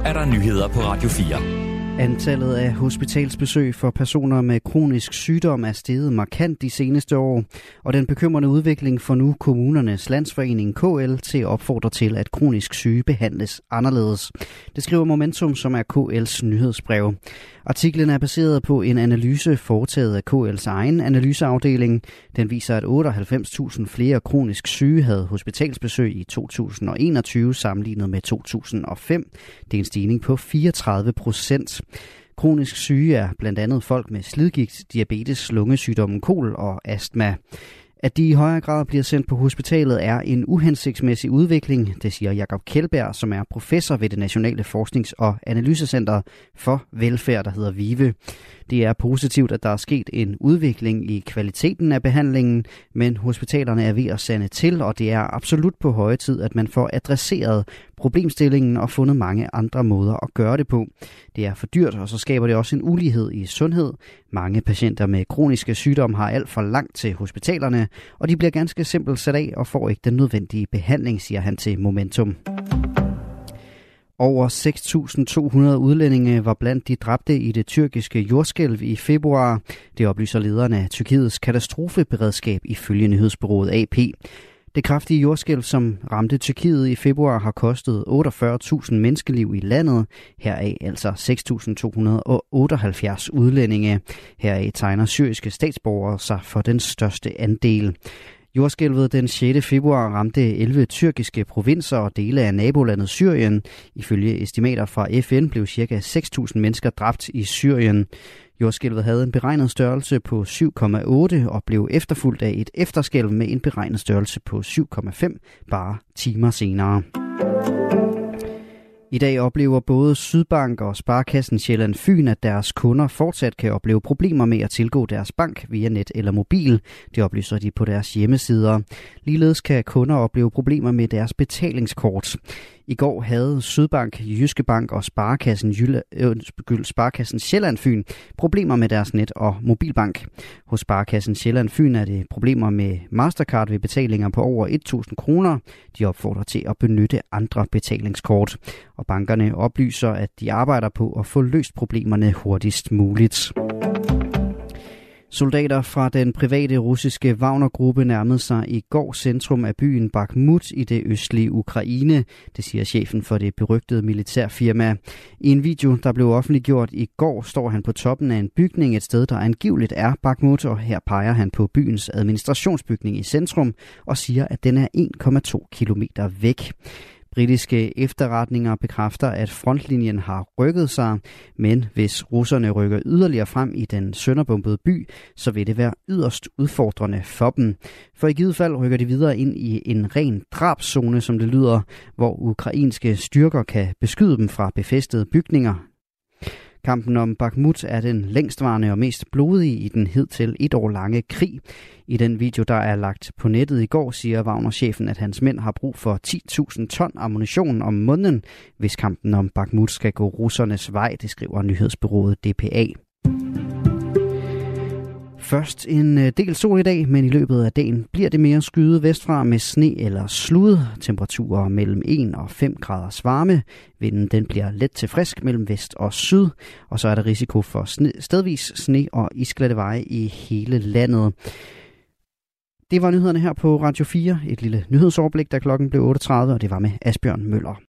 er der nyheder på Radio 4. Antallet af hospitalsbesøg for personer med kronisk sygdom er steget markant de seneste år, og den bekymrende udvikling får nu Kommunernes Landsforening KL til at opfordre til, at kronisk syge behandles anderledes. Det skriver Momentum, som er KL's nyhedsbrev. Artiklen er baseret på en analyse foretaget af KL's egen analyseafdeling. Den viser, at 98.000 flere kronisk syge havde hospitalsbesøg i 2021 sammenlignet med 2005. Det er en stigning på 34%. Kronisk syge er blandt andet folk med slidgigt, diabetes, lungesygdommen kol og astma. At de i højere grad bliver sendt på hospitalet er en uhensigtsmæssig udvikling, det siger Jakob Kjeldberg, som er professor ved det Nationale Forsknings- og Analysecenter for Velfærd, der hedder VIVE. Det er positivt, at der er sket en udvikling i kvaliteten af behandlingen, men hospitalerne er ved at sande til, og det er absolut på høje tid, at man får adresseret problemstillingen og fundet mange andre måder at gøre det på. Det er for dyrt, og så skaber det også en ulighed i sundhed. Mange patienter med kroniske sygdomme har alt for langt til hospitalerne, og de bliver ganske simpelt sat af og får ikke den nødvendige behandling, siger han til Momentum. Over 6.200 udlændinge var blandt de dræbte i det tyrkiske jordskælv i februar. Det oplyser lederen af Tyrkiets katastrofeberedskab ifølge nyhedsbureauet AP. Det kraftige jordskælv, som ramte Tyrkiet i februar, har kostet 48.000 menneskeliv i landet. Heraf altså 6.278 udlændinge. Heraf tegner syriske statsborgere sig for den største andel. Jordskælvet den 6. februar ramte 11 tyrkiske provinser og dele af nabolandet Syrien. Ifølge estimater fra FN blev ca. 6.000 mennesker dræbt i Syrien. Jordskælvet havde en beregnet størrelse på 7,8 og blev efterfulgt af et efterskælv med en beregnet størrelse på 7,5 bare timer senere. I dag oplever både Sydbank og Sparekassen Sjælland Fyn, at deres kunder fortsat kan opleve problemer med at tilgå deres bank via net eller mobil. Det oplyser de på deres hjemmesider. Ligeledes kan kunder opleve problemer med deres betalingskort. I går havde Sydbank, Jyske Bank og Sparekassen Sjælland Fyn problemer med deres net- og mobilbank. Hos Sparekassen Sjælland Fyn er det problemer med Mastercard ved betalinger på over 1.000 kroner. De opfordrer til at benytte andre betalingskort. Og bankerne oplyser, at de arbejder på at få løst problemerne hurtigst muligt. Soldater fra den private russiske Wagner-gruppe nærmede sig i går centrum af byen Bakhmut i det østlige Ukraine. Det siger chefen for det berygtede militærfirma. I en video, der blev offentliggjort i går, står han på toppen af en bygning et sted, der angiveligt er Bakhmut, og her peger han på byens administrationsbygning i centrum og siger, at den er 1,2 kilometer væk. Britiske efterretninger bekræfter, at frontlinjen har rykket sig, men hvis russerne rykker yderligere frem i den sønderbombede by, så vil det være yderst udfordrende for dem. For i givet fald rykker de videre ind i en ren drabszone, som det lyder, hvor ukrainske styrker kan beskyde dem fra befæstede bygninger. Kampen om Bakhmut er den længstvarende og mest blodige i den hidtil 1 år lange krig. I den video, der er lagt på nettet i går, siger Wagner-chefen, at hans mænd har brug for 10.000 ton ammunition om måneden, hvis kampen om Bakhmut skal gå russernes vej, det skriver nyhedsbureauet DPA. Først en del sol i dag, men i løbet af dagen bliver det mere skyet vestfra med sne eller slud. Temperaturer mellem 1 og 5 graders varme. Vinden den bliver let til frisk mellem vest og syd. Og så er der risiko for stedvis sne og isglatte veje i hele landet. Det var nyhederne her på Radio 4. Et lille nyhedsoverblik, da klokken blev 8.30, og det var med Asbjørn Møller.